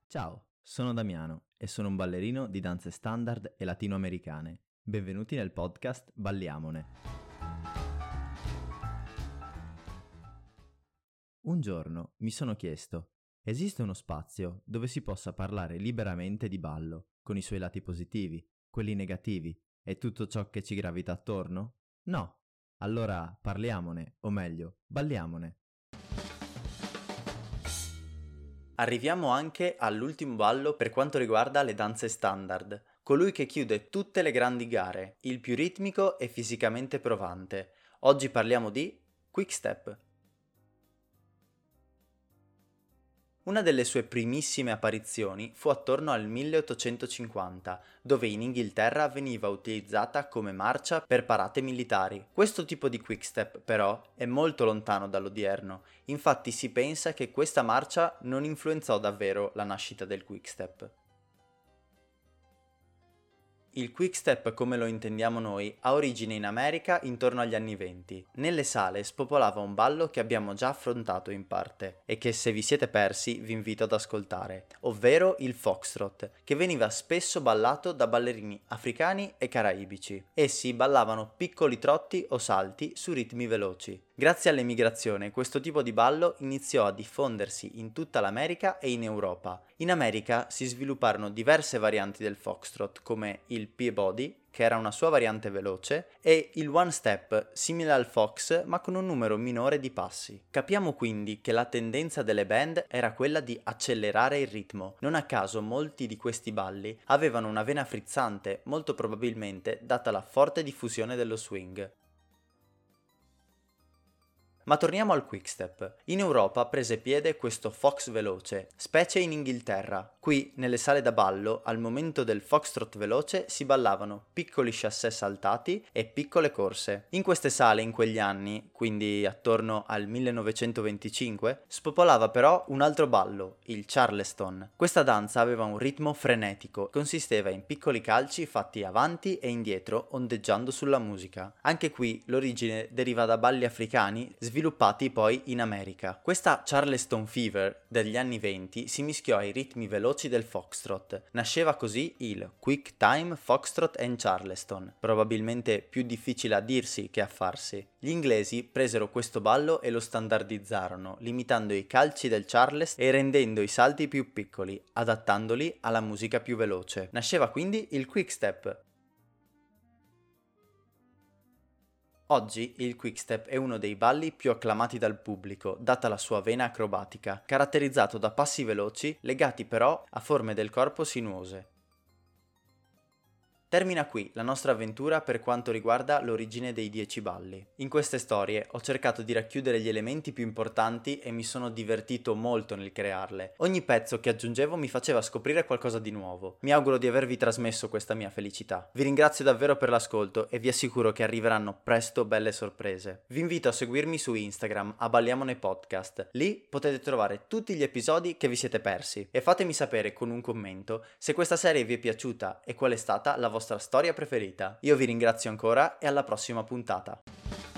Ciao, sono Damiano e sono un ballerino di danze standard e latinoamericane. Benvenuti nel podcast Balliamone. Un giorno mi sono chiesto, esiste uno spazio dove si possa parlare liberamente di ballo, con i suoi lati positivi, quelli negativi e tutto ciò che ci gravita attorno? No. Allora parliamone, o meglio, balliamone. Arriviamo anche all'ultimo ballo per quanto riguarda le danze standard, colui che chiude tutte le grandi gare, il più ritmico e fisicamente provante. Oggi parliamo di Quickstep. Una delle sue primissime apparizioni fu attorno al 1850, dove in Inghilterra veniva utilizzata come marcia per parate militari. Questo tipo di quickstep, però, è molto lontano dall'odierno, infatti si pensa che questa marcia non influenzò davvero la nascita del quickstep. Il quickstep come lo intendiamo noi ha origine in America intorno agli anni 20. Nelle sale spopolava un ballo che abbiamo già affrontato in parte e che se vi siete persi vi invito ad ascoltare, ovvero il foxtrot, che veniva spesso ballato da ballerini africani e caraibici. Essi ballavano piccoli trotti o salti su ritmi veloci. Grazie all'emigrazione questo tipo di ballo iniziò a diffondersi in tutta l'America e in Europa. In America si svilupparono diverse varianti del foxtrot come il Peabody, che era una sua variante veloce, e il one step, simile al fox ma con un numero minore di passi. Capiamo quindi che la tendenza delle band era quella di accelerare il ritmo. Non a caso molti di questi balli avevano una vena frizzante, molto probabilmente data la forte diffusione dello swing. Ma torniamo al quickstep. In Europa prese piede questo fox veloce, specie in Inghilterra. Qui, nelle sale da ballo, al momento del foxtrot veloce si ballavano piccoli chassé saltati e piccole corse. In queste sale, in quegli anni, quindi attorno al 1925, spopolava però un altro ballo, il charleston. Questa danza aveva un ritmo frenetico, consisteva in piccoli calci fatti avanti e indietro ondeggiando sulla musica. Anche qui l'origine deriva da balli africani sviluppati poi in America. Questa Charleston Fever degli anni 20 si mischiò ai ritmi veloci del foxtrot. Nasceva così il Quick Time Foxtrot and Charleston, probabilmente più difficile a dirsi che a farsi. Gli inglesi presero questo ballo e lo standardizzarono, limitando i calci del Charleston e rendendo i salti più piccoli, adattandoli alla musica più veloce. Nasceva quindi il Quickstep. Oggi il quickstep è uno dei balli più acclamati dal pubblico, data la sua vena acrobatica, caratterizzato da passi veloci, legati però a forme del corpo sinuose. Termina qui la nostra avventura per quanto riguarda l'origine dei 10 balli. In queste storie ho cercato di racchiudere gli elementi più importanti e mi sono divertito molto nel crearle. Ogni pezzo che aggiungevo mi faceva scoprire qualcosa di nuovo. Mi auguro di avervi trasmesso questa mia felicità. Vi ringrazio davvero per l'ascolto e vi assicuro che arriveranno presto belle sorprese. Vi invito a seguirmi su Instagram a Balliamone Podcast. Lì potete trovare tutti gli episodi che vi siete persi e fatemi sapere con un commento se questa serie vi è piaciuta e qual è stata la vostra storia preferita. Io vi ringrazio ancora e alla prossima puntata.